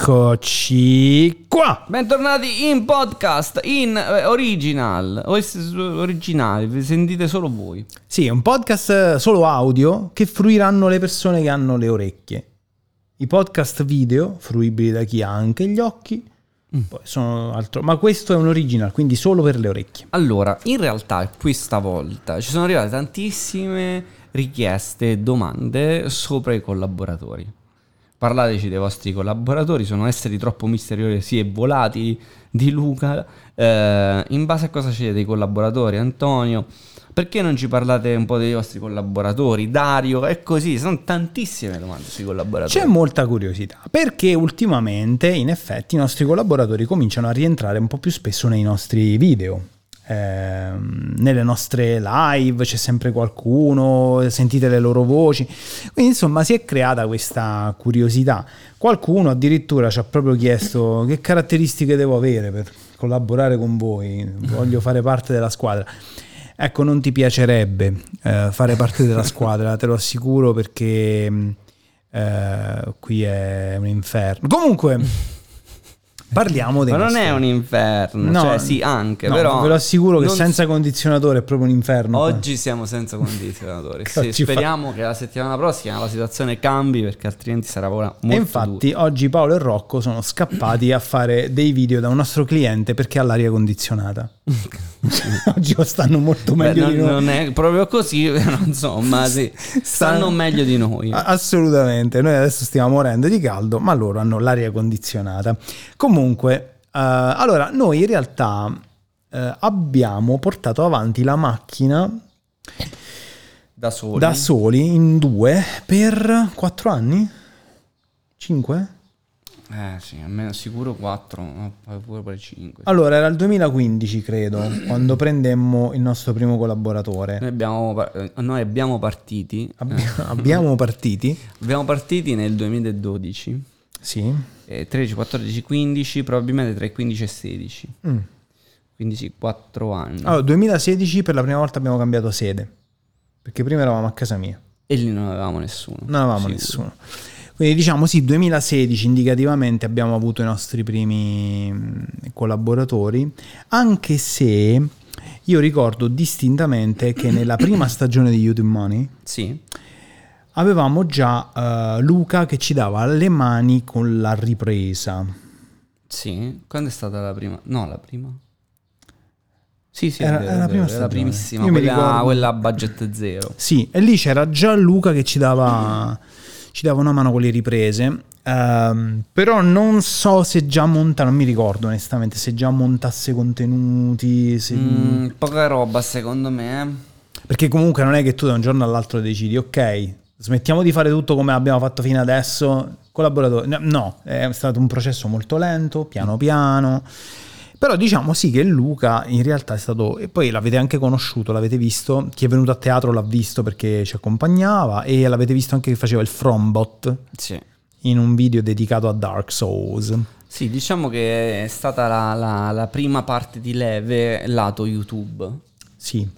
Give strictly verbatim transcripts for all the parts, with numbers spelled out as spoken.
Eccoci qua. Bentornati in podcast, in original, o originale, vi sentite solo voi. Sì, è un podcast solo audio che fruiranno le persone che hanno le orecchie. I podcast video, fruibili da chi ha anche gli occhi, mm. poi sono altro, ma questo è un original, quindi solo per le orecchie. Allora, in realtà questa volta ci sono arrivate tantissime richieste e domande sopra i collaboratori. Parlateci dei vostri collaboratori, sono esseri troppo misteriosi e volatili di Luca. Eh, in base a cosa c'è dei collaboratori, Antonio? Perché non ci parlate un po' dei vostri collaboratori? Dario, è così, sono tantissime domande sui collaboratori. C'è molta curiosità, perché ultimamente in effetti i nostri collaboratori cominciano a rientrare un po' più spesso nei nostri video. Eh, nelle nostre live c'è sempre qualcuno, sentite le loro voci, quindi insomma si è creata questa curiosità. Qualcuno addirittura ci ha proprio chiesto che caratteristiche devo avere per collaborare con voi, voglio fare parte della squadra. Ecco, non ti piacerebbe eh, fare parte della squadra, te lo assicuro, perché eh, qui è un inferno. Comunque parliamo dei Ma non nostri... è un inferno, no, cioè sì anche, no, però ve lo assicuro che non... senza condizionatore è proprio un inferno. Oggi qua. Siamo senza condizionatore. Sì, speriamo fa... che la settimana prossima la situazione cambi, perché altrimenti sarà molto e infatti dura. Oggi Paolo e Rocco sono scappati a fare dei video da un nostro cliente perché ha l'aria condizionata. Oggi stanno molto meglio. Beh, di non, noi. Non è proprio così, però insomma sì, stanno, stanno meglio di noi. Assolutamente, noi adesso stiamo morendo di caldo, ma loro hanno l'aria condizionata. Comunque, uh, allora noi in realtà uh, abbiamo portato avanti la macchina da soli. da soli in due per quattro anni? Cinque? Eh sì, almeno sicuro quattro, poi pure per cinque. Allora era il duemilaquindici credo, quando prendemmo il nostro primo collaboratore. Noi abbiamo, noi abbiamo partiti. Abbi- abbiamo partiti? Abbiamo partiti nel duemiladodici. Sì. Eh, tredici, quattordici, quindici, probabilmente tra i quindici e sedici. Mm. Quindi sì, quattro anni. Allora, duemilasedici per la prima volta abbiamo cambiato sede, perché prima eravamo a casa mia. E lì non avevamo nessuno. Non avevamo sicuro. nessuno. Quindi diciamo sì, duemilasedici indicativamente abbiamo avuto i nostri primi collaboratori, anche se io ricordo distintamente che nella prima stagione di YouTube Money sì. avevamo già uh, Luca che ci dava le mani con la ripresa. Sì, quando è stata la prima? No, la prima. Sì, sì, era, è vero, era la prima era la primissima, io quella, quella a budget zero. Sì, e lì c'era già Luca che ci dava... ci dava una mano con le riprese, um, però non so se già monta, non mi ricordo onestamente, se già montasse contenuti, se... mm, poca roba secondo me, perché comunque non è che tu da un giorno all'altro decidi ok, smettiamo di fare tutto come abbiamo fatto fino adesso, collaboratori, no, è stato un processo molto lento, piano piano. Però diciamo sì che Luca in realtà è stato, e poi l'avete anche conosciuto, l'avete visto, chi è venuto a teatro l'ha visto perché ci accompagnava, e l'avete visto anche che faceva il Frombot, sì, in un video dedicato a Dark Souls. Sì, diciamo che è stata la, la, la prima parte di leve lato YouTube. Sì,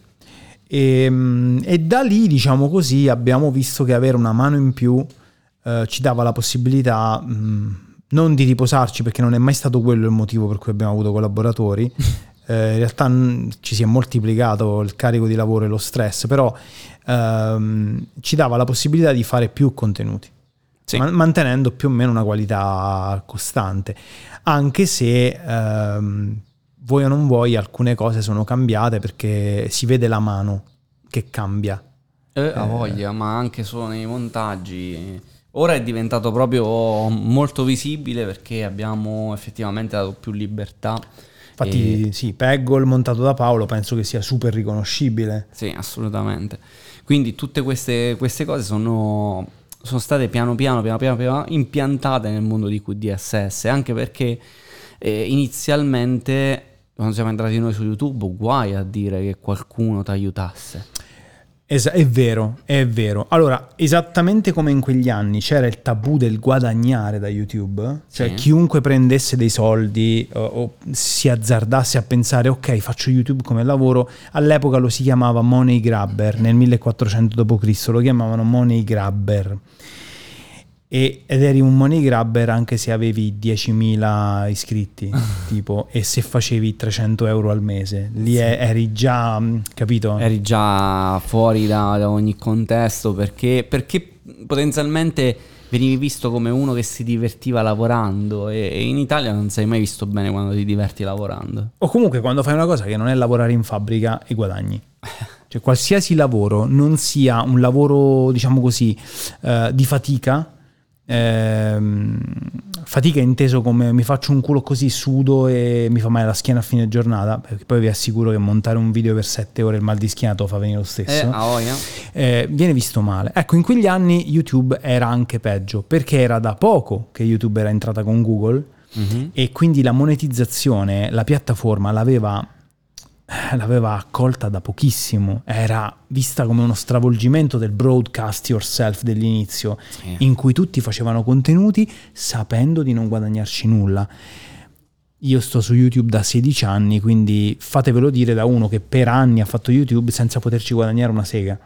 e, e da lì diciamo così abbiamo visto che avere una mano in più eh, ci dava la possibilità... Mh, non di riposarci, perché non è mai stato quello il motivo per cui abbiamo avuto collaboratori. Eh, in realtà n- ci si è moltiplicato il carico di lavoro e lo stress, però ehm, ci dava la possibilità di fare più contenuti, sì. ma- mantenendo più o meno una qualità costante, anche se ehm, vuoi o non vuoi alcune cose sono cambiate, perché si vede la mano che cambia. Eh, a voglia, ma anche solo nei montaggi. Ora è diventato proprio molto visibile, perché abbiamo effettivamente dato più libertà. Infatti e... sì, Peggle montato da Paolo penso che sia super riconoscibile. Sì, assolutamente. Quindi tutte queste, queste cose sono, sono state piano piano, piano piano, piano impiantate nel mondo di Q D S S, anche perché eh, inizialmente, quando siamo entrati noi su YouTube, guai a dire che qualcuno ti aiutasse. Es- è vero, è vero. Allora, esattamente come in quegli anni c'era il tabù del guadagnare da YouTube, cioè sì. chiunque prendesse dei soldi o, o si azzardasse a pensare ok, faccio YouTube come lavoro, all'epoca lo si chiamava money grabber, nel millequattrocento dopo Cristo lo chiamavano money grabber. E, ed eri un money grabber anche se avevi diecimila iscritti tipo, e se facevi trecento euro al mese lì sì. eri già, capito? Eri già fuori da, da ogni contesto perché, perché potenzialmente venivi visto come uno che si divertiva lavorando e, e in Italia non sei mai visto bene quando ti diverti lavorando, o comunque quando fai una cosa che non è lavorare in fabbrica e guadagni. Cioè qualsiasi lavoro non sia un lavoro, diciamo così, eh, di fatica. Ehm, fatica inteso come mi faccio un culo così, sudo e mi fa male la schiena a fine giornata, perché poi vi assicuro che montare un video per sette ore il mal di schiena te lo fa venire lo stesso, eh, oh yeah. eh, viene visto male. Ecco, in quegli anni YouTube era anche peggio perché era da poco che YouTube era entrata con Google, mm-hmm. e quindi la monetizzazione, la piattaforma l'aveva l'aveva accolta da pochissimo, era vista come uno stravolgimento del broadcast yourself dell'inizio, sì. in cui tutti facevano contenuti sapendo di non guadagnarci nulla. Io sto su YouTube da sedici anni, quindi fatevelo dire da uno che per anni ha fatto YouTube senza poterci guadagnare una sega.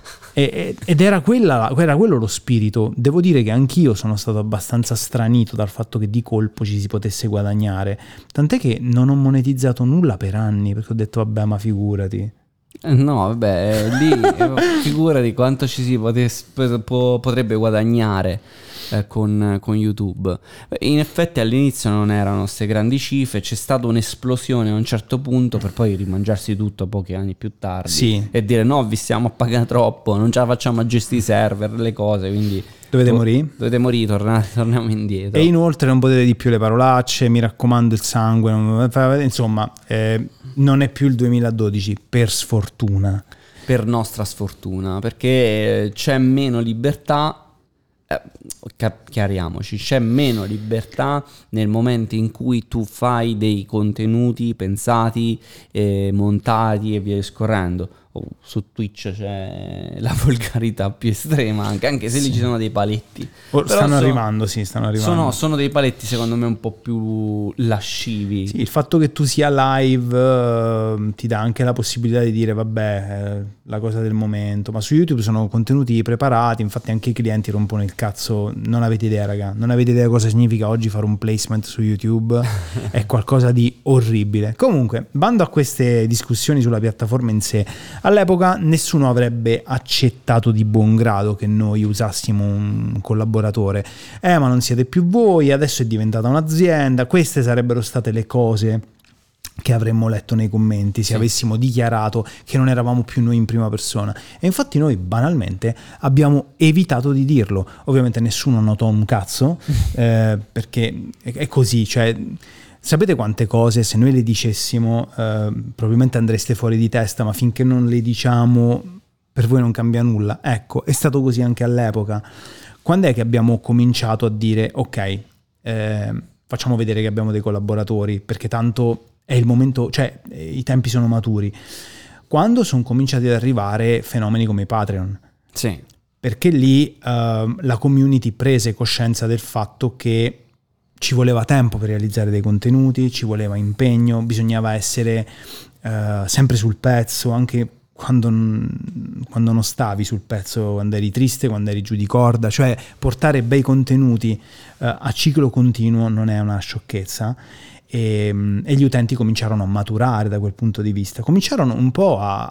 E, ed era, quella, era quello lo spirito. Devo dire che anch'io sono stato abbastanza stranito dal fatto che di colpo ci si potesse guadagnare, tant'è che non ho monetizzato nulla per anni perché ho detto vabbè, ma figurati. No, vabbè, lì figurati quanto ci si potesse, potrebbe guadagnare eh, con, con YouTube. In effetti all'inizio non erano queste grandi cifre, c'è stata un'esplosione a un certo punto per poi rimangiarsi tutto pochi anni più tardi, sì. e dire no, vi stiamo a pagare troppo, non ce la facciamo a gestire i server, le cose, quindi dovete to- morire dovete morire, tornate, torniamo indietro. E inoltre non potete di più le parolacce, mi raccomando il sangue, non... insomma eh, non è più il duemiladodici, per sfortuna, per nostra sfortuna, perché c'è meno libertà. Eh, chiariamoci, c'è meno libertà nel momento in cui tu fai dei contenuti pensati, eh, montati e via discorrendo. Oh, su Twitch c'è la volgarità più estrema, anche, anche se sì. lì ci sono dei paletti. Or, stanno sono, arrivando, sì, stanno arrivando. Sono, sono dei paletti secondo me un po' più lascivi. Sì, il fatto che tu sia live uh, ti dà anche la possibilità di dire vabbè, eh, la cosa del momento, ma su YouTube sono contenuti preparati, infatti anche i clienti rompono il cazzo. Non avete idea, raga, non avete idea cosa significa oggi fare un placement su YouTube. È qualcosa di orribile. Comunque, bando a queste discussioni sulla piattaforma in sé. All'epoca nessuno avrebbe accettato di buon grado che noi usassimo un collaboratore. Eh, ma non siete più voi, adesso è diventata un'azienda. Queste sarebbero state le cose che avremmo letto nei commenti se sì. avessimo dichiarato che non eravamo più noi in prima persona. E infatti noi banalmente abbiamo evitato di dirlo. Ovviamente nessuno notò un cazzo, eh, perché è così, cioè... Sapete quante cose se noi le dicessimo eh, probabilmente andreste fuori di testa, ma finché non le diciamo per voi non cambia nulla. Ecco, è stato così anche all'epoca. Quando è che abbiamo cominciato a dire ok, eh, facciamo vedere che abbiamo dei collaboratori, perché tanto è il momento, cioè i tempi sono maturi. Quando sono cominciati ad arrivare fenomeni come i Patreon. Sì. Perché lì eh, la community prese coscienza del fatto che ci voleva tempo per realizzare dei contenuti, ci voleva impegno, bisognava essere uh, sempre sul pezzo, anche quando, quando non stavi sul pezzo, quando eri triste, quando eri giù di corda, cioè portare bei contenuti uh, a ciclo continuo non è una sciocchezza. E, e gli utenti cominciarono a maturare da quel punto di vista, cominciarono un po' a,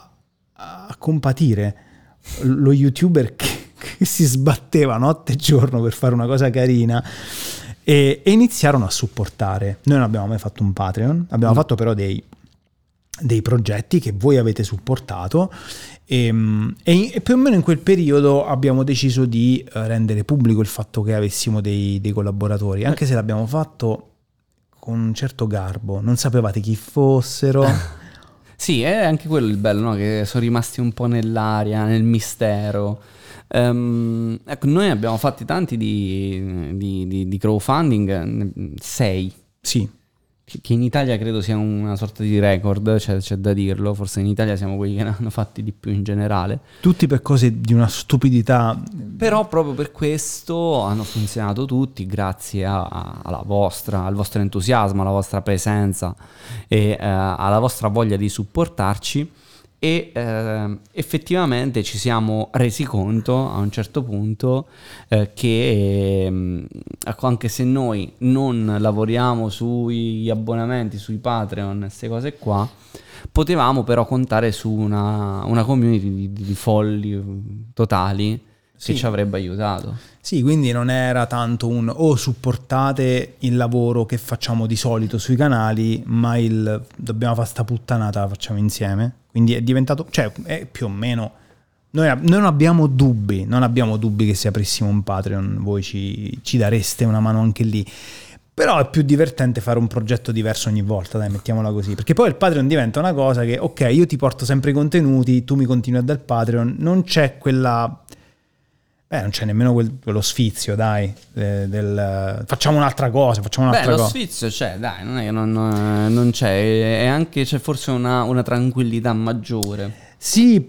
a compatire lo YouTuber che, che si sbatteva notte e giorno per fare una cosa carina. E, e iniziarono a supportare. Noi non abbiamo mai fatto un Patreon, abbiamo mm. fatto però dei, dei progetti che voi avete supportato e, e, e più o meno in quel periodo abbiamo deciso di rendere pubblico il fatto che avessimo dei, dei collaboratori, anche se l'abbiamo fatto con un certo garbo, non sapevate chi fossero. Sì, è anche quello il bello, no? Che sono rimasti un po' nell'aria, nel mistero. Um, ecco, noi abbiamo fatti tanti di, di, di, di crowdfunding, sei. Sì. Che, che in Italia credo sia una sorta di record, c'è, c'è da dirlo, forse in Italia siamo quelli che ne hanno fatti di più in generale. Tutti per cose di una stupidità. Però proprio per questo hanno funzionato tutti, grazie a, a, alla vostra, al vostro entusiasmo, alla vostra presenza e uh, alla vostra voglia di supportarci. e eh, effettivamente ci siamo resi conto a un certo punto eh, che eh, anche se noi non lavoriamo sui abbonamenti, sui Patreon, queste cose qua, potevamo però contare su una, una community di, di folli totali che sì. ci avrebbe aiutato. Sì, quindi non era tanto un o oh, supportate il lavoro che facciamo di solito sui canali, ma il dobbiamo fare sta puttanata, la facciamo insieme. Quindi è diventato, cioè è più o meno, noi, noi non abbiamo dubbi, non abbiamo dubbi che se aprissimo un Patreon voi ci, ci dareste una mano anche lì. Però è più divertente fare un progetto diverso ogni volta, dai, mettiamola così. Perché poi il Patreon diventa una cosa che, ok, io ti porto sempre i contenuti, tu mi continui a dare il Patreon, non c'è quella... Beh, non c'è nemmeno quel, quello sfizio, dai, del, del facciamo un'altra cosa, facciamo un'altra Beh, cosa. lo sfizio c'è, dai, non è che non, non c'è, è anche c'è forse una, una tranquillità maggiore. Sì,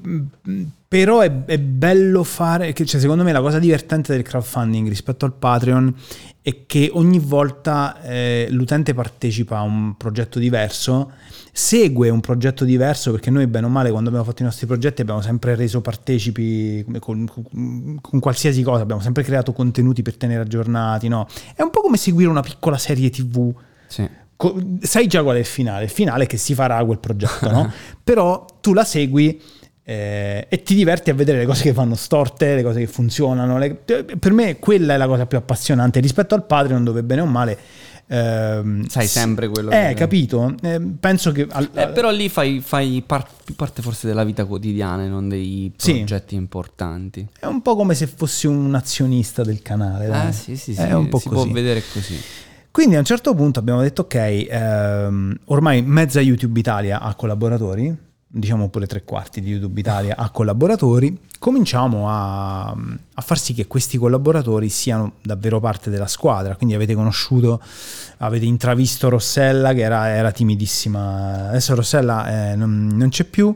però è, è bello fare, cioè secondo me la cosa divertente del crowdfunding rispetto al Patreon è che ogni volta eh, l'utente partecipa a un progetto diverso, segue un progetto diverso, perché noi bene o male quando abbiamo fatto i nostri progetti abbiamo sempre reso partecipi con, con, con qualsiasi cosa, abbiamo sempre creato contenuti per tenere aggiornati, no? È un po' come seguire una piccola serie tivù. Sì. Sai già qual è il finale? Il finale è che si farà quel progetto, no? Però tu la segui eh, e ti diverti a vedere le cose che vanno storte, le cose che funzionano. Le... Per me quella è la cosa più appassionante rispetto al Patreon, dove bene o male ehm, sai sempre quello eh, che... capito? Eh, penso che... Al... Eh, però lì fai, fai par- più parte forse della vita quotidiana e non dei progetti sì. importanti. È un po' come se fossi un azionista del canale. Ah, sì, sì, sì, è un po' si così. può vedere così. Quindi a un certo punto abbiamo detto ok, ehm, ormai mezza YouTube Italia ha collaboratori, diciamo pure tre quarti di YouTube Italia ha collaboratori, cominciamo a, a far sì che questi collaboratori siano davvero parte della squadra. Quindi avete conosciuto, avete intravisto Rossella che era, era timidissima, adesso Rossella eh, non, non c'è più,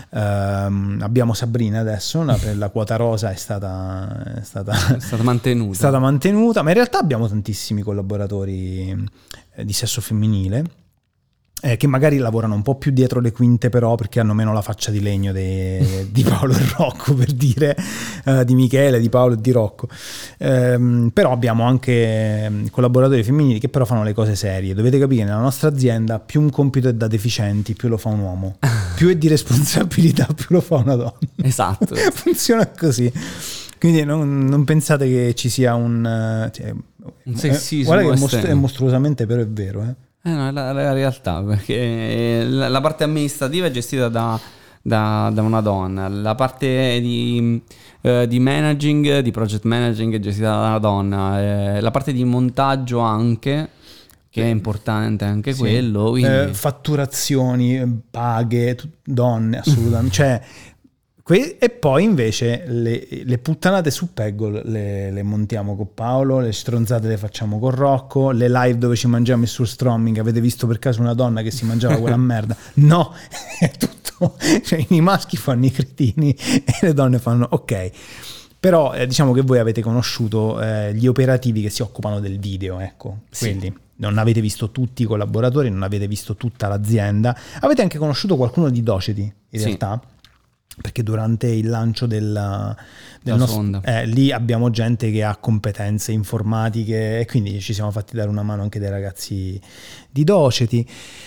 ehm, abbiamo Sabrina adesso, la, la quota rosa è stata, è stata, è stata mantenuta. È stata mantenuta, ma in realtà abbiamo tantissimi collaboratori eh, di sesso femminile. Eh, che magari lavorano un po' più dietro le quinte, però perché hanno meno la faccia di legno de, di Paolo e Rocco, per dire, eh, di Michele, di Paolo e di Rocco. Eh, però abbiamo anche collaboratori femminili che però fanno le cose serie. Dovete capire che nella nostra azienda più un compito è da deficienti, più lo fa un uomo. Più è di responsabilità, più lo fa una donna. Esatto. Funziona così. Quindi non, non pensate che ci sia un... Cioè, un sessismo. Guarda che è, mostru- è mostruosamente però è vero, eh. Eh no, è la, la realtà, perché la, la parte amministrativa è gestita da, da, da una donna, la parte di, eh, di managing, di project managing è gestita da una donna, eh, la parte di montaggio anche, che è importante anche sì. quello. Quindi... Eh, fatturazioni, paghe, t- donne, assolutamente. Cioè, que- e poi invece le, le puttanate su Peggle le, le montiamo con Paolo, le stronzate le facciamo con Rocco, le live dove ci mangiamo il surströmming, avete visto per caso una donna che si mangiava quella merda? No, è tutto, cioè i maschi fanno i cretini e le donne fanno ok. Però eh, diciamo che voi avete conosciuto eh, gli operativi che si occupano del video, ecco, quelli. Sì. Non avete visto tutti i collaboratori, non avete visto tutta l'azienda, avete anche conosciuto qualcuno di Doceti, in sì. realtà. Perché durante il lancio del, del nostro eh, lì abbiamo gente che ha competenze informatiche e quindi ci siamo fatti dare una mano anche dai ragazzi di Doceti.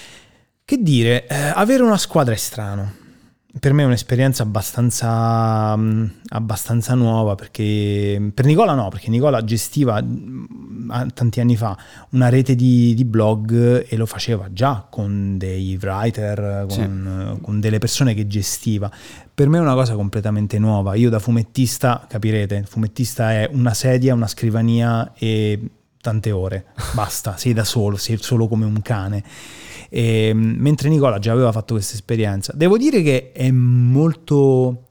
Che dire, eh, avere una squadra è strano. Per me è un'esperienza abbastanza, mh, abbastanza nuova, perché per Nicola no, perché Nicola gestiva mh, tanti anni fa una rete di, di blog e lo faceva già con dei writer, con, sì. con delle persone che gestiva. Per me è una cosa completamente nuova. Io da fumettista, capirete, il fumettista è una sedia, una scrivania e tante ore, basta, sei da solo, sei solo come un cane. E, mentre Nicola già aveva fatto questa esperienza, devo dire che è molto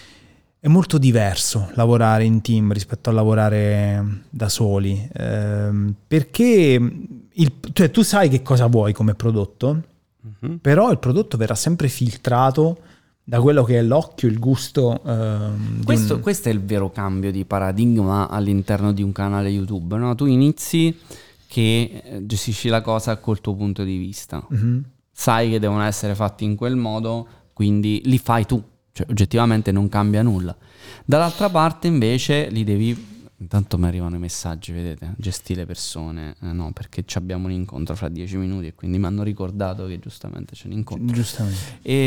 è molto diverso lavorare in team rispetto a lavorare da soli, ehm, perché il, cioè, tu sai che cosa vuoi come prodotto, mm-hmm. però il prodotto verrà sempre filtrato da quello che è l'occhio, il gusto. Ehm, questo, un... questo è il vero cambio di paradigma all'interno di un canale YouTube, no? Tu inizi che gestisci la cosa col tuo punto di vista, mm-hmm. sai che devono essere fatti in quel modo, quindi li fai tu, cioè oggettivamente non cambia nulla. Dall'altra parte invece li devi... Intanto mi arrivano i messaggi, vedete, gestire le persone, eh, no, perché abbiamo un incontro fra dieci minuti e quindi mi hanno ricordato che giustamente c'è un incontro. Giustamente.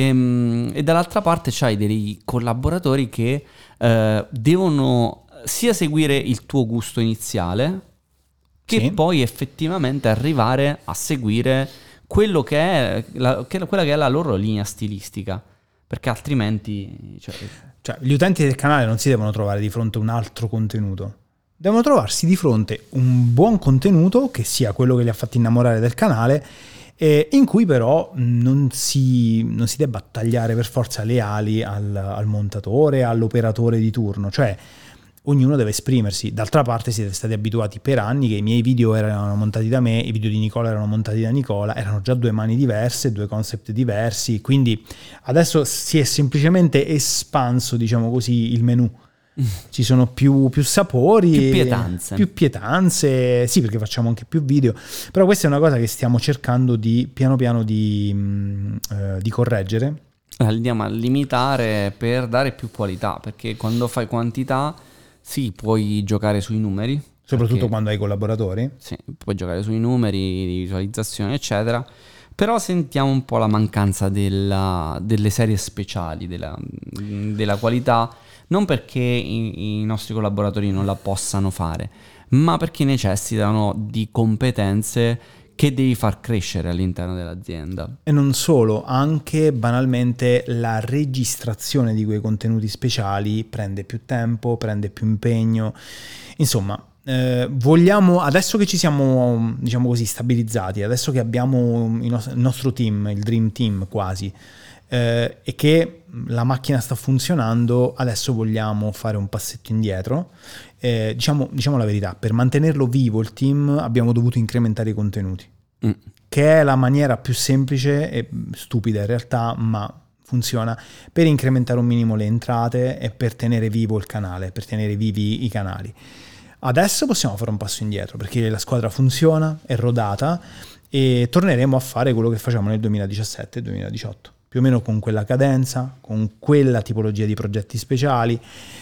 E, e dall'altra parte c'hai dei collaboratori che eh, devono sia seguire il tuo gusto iniziale che Sì. poi effettivamente arrivare a seguire quello che è la, che, quella che è la loro linea stilistica, perché altrimenti... Cioè, Cioè, gli utenti del canale non si devono trovare di fronte a un altro contenuto. Devono trovarsi di fronte un buon contenuto che sia quello che li ha fatti innamorare del canale, eh, in cui però non si, non si debba tagliare per forza le ali al, al montatore, all'operatore di turno. Cioè, ognuno deve esprimersi. D'altra parte siete stati abituati per anni che i miei video erano montati da me, i video di Nicola erano montati da Nicola, erano già due mani diverse, due concept diversi, quindi adesso si è semplicemente espanso, diciamo così, il menù. Ci sono più, più sapori, più pietanze. più pietanze, sì, perché facciamo anche più video, però questa è una cosa che stiamo cercando di piano piano di, mh, eh, di correggere. Andiamo a limitare per dare più qualità, perché quando fai quantità sì, puoi giocare sui numeri. Soprattutto perché, quando hai collaboratori. Sì, puoi giocare sui numeri di visualizzazione, eccetera. Però sentiamo un po' la mancanza della, delle serie speciali, della, della qualità, non perché i, i nostri collaboratori non la possano fare, ma perché necessitano di competenze che devi far crescere all'interno dell'azienda. E non solo, anche banalmente la registrazione di quei contenuti speciali prende più tempo, prende più impegno. Insomma, eh, vogliamo, adesso che ci siamo, diciamo così, stabilizzati, adesso che abbiamo il nostro, il nostro team, il Dream Team quasi, eh, e che la macchina sta funzionando, adesso vogliamo fare un passetto indietro. Eh, diciamo, diciamo la verità, per mantenerlo vivo il team abbiamo dovuto incrementare i contenuti, mm. che è la maniera più semplice e stupida in realtà, ma funziona, per incrementare un minimo le entrate e per tenere vivo il canale, per tenere vivi i canali. Adesso possiamo fare un passo indietro perché la squadra funziona, è rodata e torneremo a fare quello che facciamo nel duemiladiciassette e duemiladiciotto. Più o meno con quella cadenza, con quella tipologia di progetti speciali.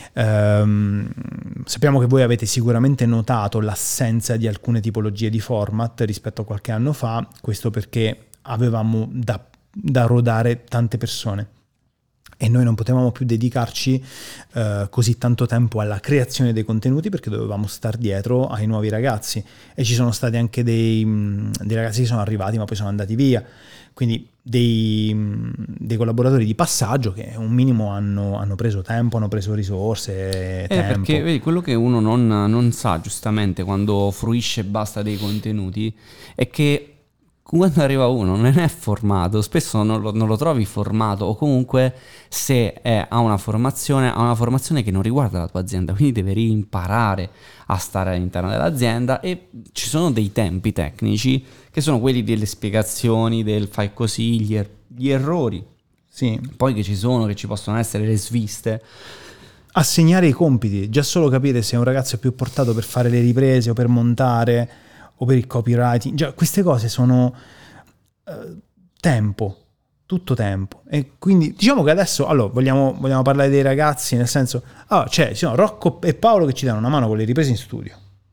Ehm, sappiamo che voi avete sicuramente notato l'assenza di alcune tipologie di format rispetto a qualche anno fa, questo perché avevamo da, da rodare tante persone e noi non potevamo più dedicarci eh, così tanto tempo alla creazione dei contenuti perché dovevamo star dietro ai nuovi ragazzi, e ci sono stati anche dei, dei ragazzi che sono arrivati ma poi sono andati via, quindi dei, dei collaboratori di passaggio che un minimo hanno, hanno preso tempo, hanno preso risorse, eh, tempo. Perché vedi, quello che uno non, non sa giustamente quando fruisce e basta dei contenuti è che quando arriva uno non è formato, spesso non lo, non lo trovi formato, o comunque se è, ha una formazione, ha una formazione che non riguarda la tua azienda, quindi deve reimparare a stare all'interno dell'azienda, e ci sono dei tempi tecnici che sono quelli delle spiegazioni, del fai così, gli, er- gli errori, sì. Poi che ci sono, che ci possono essere le sviste. Assegnare i compiti, già solo capire se un ragazzo è più portato per fare le riprese o per montare o per il copywriting, già queste cose sono uh, tempo, tutto tempo. E quindi diciamo che adesso allora vogliamo, vogliamo parlare dei ragazzi, nel senso, ah, cioè, ci sono Rocco e Paolo che ci danno una mano con le riprese in studio,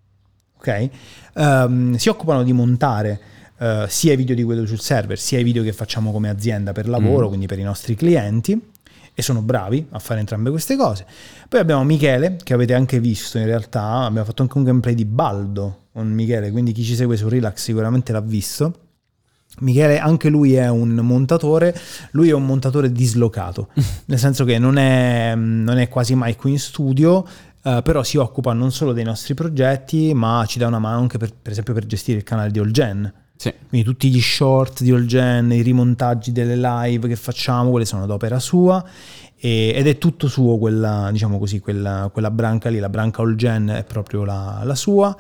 ok? Um, si occupano di montare uh, sia i video di quello sul server, sia i video che facciamo come azienda per lavoro, mm. quindi per i nostri clienti, e sono bravi a fare entrambe queste cose. Poi abbiamo Michele, che avete anche visto in realtà, abbiamo fatto anche un gameplay di Baldo con Michele, quindi chi ci segue su Relax sicuramente l'ha visto. Michele, anche lui è un montatore, lui è un montatore dislocato, nel senso che non è, non è quasi mai qui in studio, eh, però si occupa non solo dei nostri progetti, ma ci dà una mano anche per, per esempio per gestire il canale di Allgen. Sì. Quindi tutti gli short di Allgen, i rimontaggi delle live che facciamo, quelle sono ad opera sua, e, ed è tutto suo, quella, diciamo così, quella, quella branca lì, la branca Allgen è proprio la, la sua.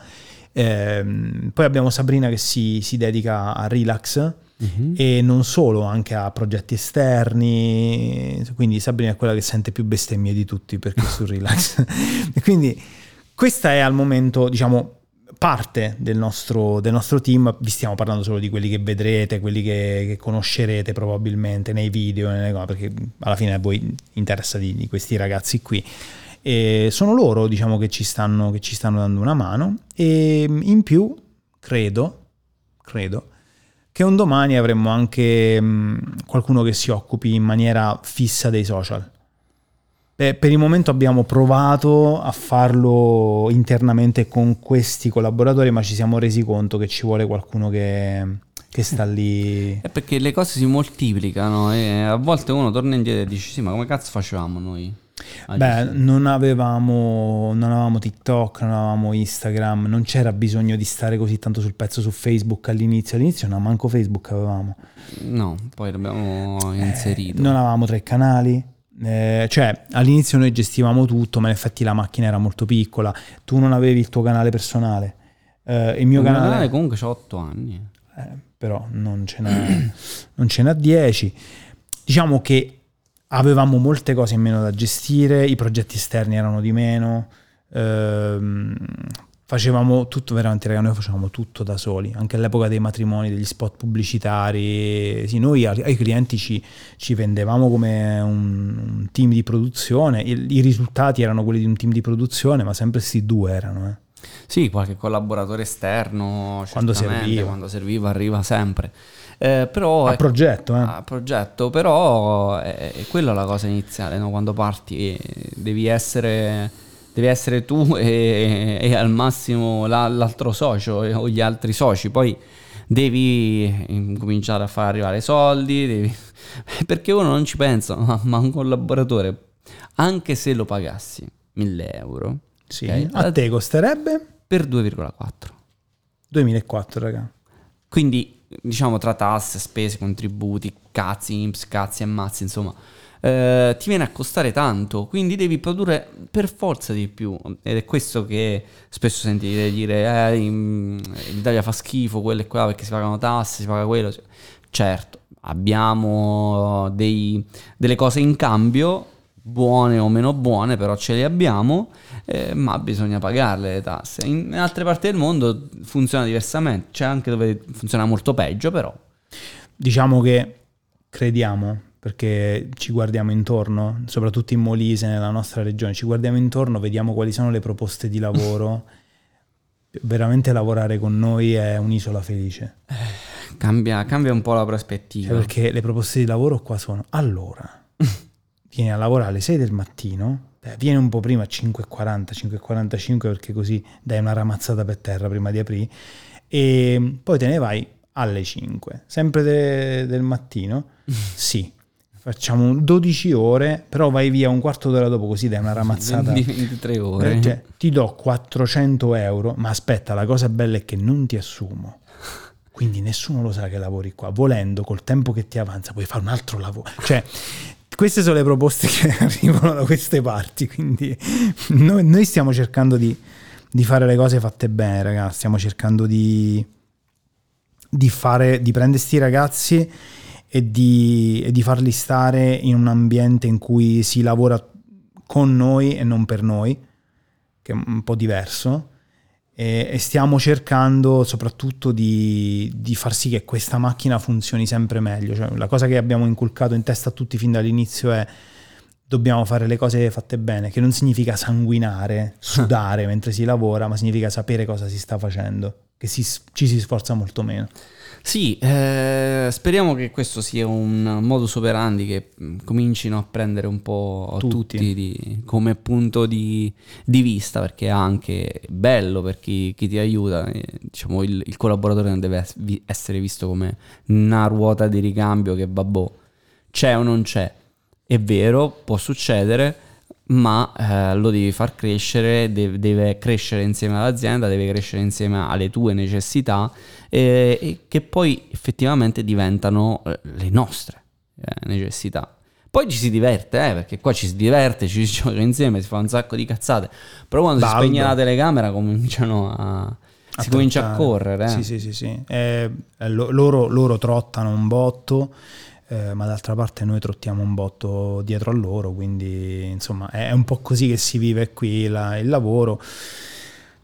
Eh, poi abbiamo Sabrina che si, si dedica a Relax, mm-hmm. e non solo, anche a progetti esterni, quindi Sabrina è quella che sente più bestemmie di tutti perché su Relax. E quindi questa è al momento, diciamo, parte del nostro, del nostro team, vi stiamo parlando solo di quelli che vedrete, quelli che, che conoscerete probabilmente nei video, nelle cose, perché alla fine a voi interessa di, di questi ragazzi qui. E sono loro, diciamo, che ci stanno, che ci stanno dando una mano, e in più credo, credo che un domani avremo anche mh, qualcuno che si occupi in maniera fissa dei social. Beh, per il momento abbiamo provato a farlo internamente con questi collaboratori, ma ci siamo resi conto che ci vuole qualcuno che, che sta lì. È perché le cose si moltiplicano e a volte uno torna indietro e dice sì, ma come cazzo facevamo noi? Ah, Beh, non avevamo, non avevamo TikTok, non avevamo Instagram, non c'era bisogno di stare così tanto sul pezzo su Facebook all'inizio. All'inizio no, manco Facebook avevamo. No, poi l'abbiamo inserito. Eh, non avevamo tre canali. Eh, cioè all'inizio noi gestivamo tutto, ma in effetti la macchina era molto piccola, tu non avevi il tuo canale personale, eh, il mio il canale, canale comunque c'ha otto anni, eh, però non ce n'ha non ce n'ha dieci. Diciamo che avevamo molte cose in meno da gestire, i progetti esterni erano di meno, ehm, facevamo tutto veramente, raga, noi facevamo tutto da soli, anche all'epoca dei matrimoni, degli spot pubblicitari. Sì, noi ai, ai clienti ci, ci vendevamo come un, un team di produzione, I, i risultati erano quelli di un team di produzione, ma sempre questi due erano. Eh. Sì, qualche collaboratore esterno, quando serviva. quando serviva arriva sempre. Eh, però a è, progetto, eh. a progetto, però è, è quella la cosa iniziale, no? Quando parti devi essere... Devi essere tu e, e al massimo la, l'altro socio o gli altri soci, poi devi cominciare a far arrivare soldi, devi... perché uno non ci pensa, ma, ma un collaboratore, anche se lo pagassi mille euro, sì, okay, a te costerebbe? Per due virgola quattro. duemilaquattro, raga. Quindi, diciamo, tra tasse, spese, contributi, cazzi, I N P S, cazzi e mazzi, insomma... Uh, ti viene a costare tanto, quindi devi produrre per forza di più, ed è questo che spesso sentite dire eh, in, l'Italia fa schifo, quello e qua perché si pagano tasse, si paga quello. Certo, abbiamo dei, delle cose in cambio, buone o meno buone, però ce le abbiamo, eh, ma bisogna pagarle le tasse. In, in altre parti del mondo funziona diversamente, c'è anche dove funziona molto peggio, però diciamo che crediamo, perché ci guardiamo intorno, soprattutto in Molise, nella nostra regione, ci guardiamo intorno, vediamo quali sono le proposte di lavoro. Veramente lavorare con noi è un'isola felice. Cambia, cambia un po' la prospettiva. Cioè, perché le proposte di lavoro qua sono: allora, vieni a lavorare alle sei del mattino, beh, vieni un po' prima a cinque e quaranta, cinque e quarantacinque, perché così dai una ramazzata per terra prima di aprire, e poi te ne vai alle cinque, sempre de- del mattino. Sì. Facciamo dodici ore, però vai via un quarto d'ora dopo, così dai una ramazzata. ventitré ore. Cioè, ti do quattrocento euro, ma aspetta, la cosa bella è che non ti assumo. Quindi nessuno lo sa che lavori qua. Volendo, col tempo che ti avanza, puoi fare un altro lavoro. Cioè, queste sono le proposte che arrivano da queste parti. Quindi noi, noi stiamo cercando di, di fare le cose fatte bene, ragazzi. Stiamo cercando di, di fare, di prendere sti ragazzi e di, e di farli stare in un ambiente in cui si lavora con noi e non per noi, che è un po' diverso, e, e stiamo cercando soprattutto di, di far sì che questa macchina funzioni sempre meglio. Cioè, la cosa che abbiamo inculcato in testa a tutti fin dall'inizio è: dobbiamo fare le cose fatte bene, che non significa sanguinare, sudare mentre si lavora, ma significa sapere cosa si sta facendo, che si, ci si sforza molto meno. Sì, eh, speriamo che questo sia un modus operandi che comincino a prendere un po' tutti, tutti di, come punto di, di vista, perché è anche bello per chi, chi ti aiuta. Eh, diciamo, il, il collaboratore non deve essere visto come una ruota di ricambio che vabbè, c'è o non c'è. È vero, può succedere, ma eh, lo devi far crescere, deve, deve crescere insieme all'azienda, deve crescere insieme alle tue necessità, eh, e che poi effettivamente diventano le nostre eh, necessità. Poi ci si diverte, eh, perché qua ci si diverte, ci si gioca insieme, si fa un sacco di cazzate, però quando Baldo. si spegne la telecamera cominciano a... a si trottare. Comincia a correre. Eh. Sì, sì, sì, sì. Eh, loro, loro trottano un botto. Eh, ma d'altra parte noi trottiamo un botto dietro a loro, quindi insomma è un po' così che si vive qui la, il lavoro.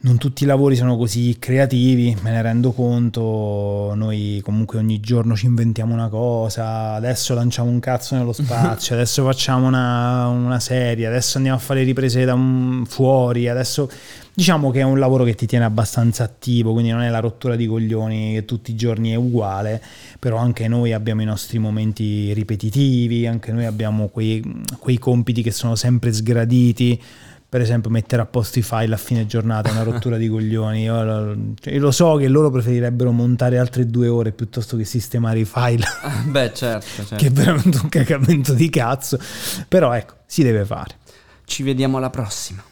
non tutti i lavori sono così creativi, me ne rendo conto. Noi comunque ogni giorno ci inventiamo una cosa, adesso lanciamo un cazzo nello spazio, adesso facciamo una, una serie, adesso andiamo a fare riprese da un, fuori, adesso diciamo che è un lavoro che ti tiene abbastanza attivo, quindi non è la rottura di coglioni che tutti i giorni è uguale, però anche noi abbiamo i nostri momenti ripetitivi, anche noi abbiamo quei, quei compiti che sono sempre sgraditi. Per esempio mettere a posto i file a fine giornata è una rottura di coglioni. Io lo, cioè, io lo so che loro preferirebbero montare altre due ore piuttosto che sistemare i file. Beh, certo, certo. Che è veramente un cagamento di cazzo. Però ecco, si deve fare. Ci vediamo alla prossima.